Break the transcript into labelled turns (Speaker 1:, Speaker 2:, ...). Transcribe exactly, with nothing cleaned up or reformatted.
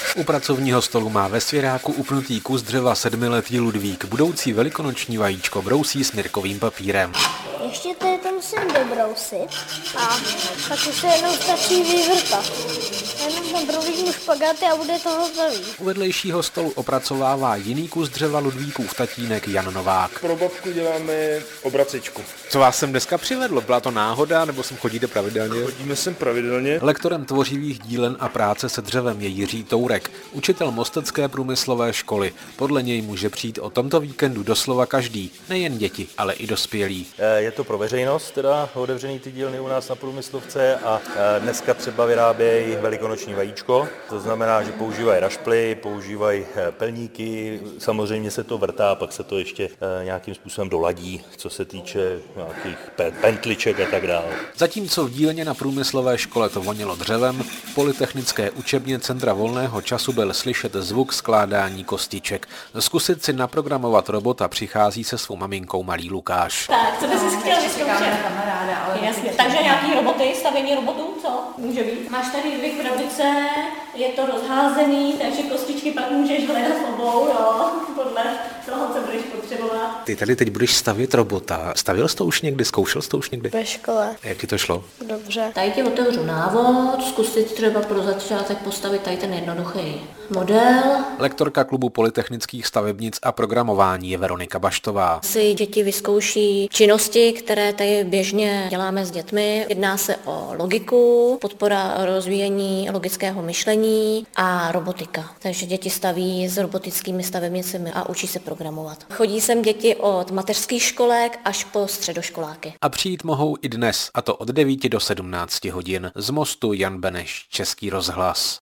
Speaker 1: U pracovního stolu má ve svěráku upnutý kus dřeva sedmiletý Ludvík. Budoucí velikonoční vajíčko brousí smírkovým papírem.
Speaker 2: Ještě tady to musím dobrousit a pak už se jenom stačí vyvrtat. Jenom tam provlíknu špagáty a bude to hotový.
Speaker 1: U vedlejšího stolu opracovává jiný kus dřeva Ludvíkův tatínek Jan Novák.
Speaker 3: Pro babku děláme obracečku.
Speaker 1: Co vás sem dneska přivedlo? Byla to náhoda nebo sem chodíte pravidelně?
Speaker 3: Chodíme sem pravidelně.
Speaker 1: Lektorem tvořivých dílen a práce se dřevem je Jiří Tourek, učitel Mostecké průmyslové školy. Podle něj může přijít o tomto víkendu doslova každý, nejen děti, ale i dospělí.
Speaker 4: Je to pro veřejnost, teda otevřený ty dílny u nás na Průmyslovce a dneska třeba vyrábějí velikonoční vajíčko. To znamená, že používají rašply, používají pelníky, samozřejmě se to vrtá, pak se to ještě nějakým způsobem doladí, co se týče nějakých pentliček a tak dále.
Speaker 1: Zatímco v dílně na Průmyslové škole to vonilo dřevem, v Polytechnické učebně Centra volného času byl slyšet zvuk skládání kostiček. Zkusit si naprogramovat robota přichází se svou maminkou malý Lukáš.
Speaker 5: Tak, co bys si chtěl vyzkoušet? Jasně. Takže nějaký roboty, stavění robotů, co? Může být. Máš tady dvě krabice, je to rozházený, takže kostičky pak můžeš hledat v obou, jo, podle toho, co budeš potřebovat.
Speaker 1: Ty tady teď budeš stavět robota. Stavěl jsi to už někdy? Zkoušel jsi to už někdy?
Speaker 2: Ve škole.
Speaker 1: Jak ti to šlo?
Speaker 2: Dobře.
Speaker 5: Tady ti otevřu návod, zkusit třeba pro začátek postavit tady ten jednoduchý model.
Speaker 1: Lektorka klubu polytechnických stavebnic a programování je Veronika Baštová.
Speaker 5: Si děti vyzkouší činnosti, které tady běžně děláme s dětmi. Jedná se o logiku, podpora rozvíjení logického myšlení a robotika. Takže děti staví s robotickými stavebnicemi a učí se programovat. Chodí sem děti od mateřských školek až po středoškoláky.
Speaker 1: A přijít mohou i dnes, a to od devíti do sedmnácti hodin. Z Mostu Jan Beneš, Český rozhlas.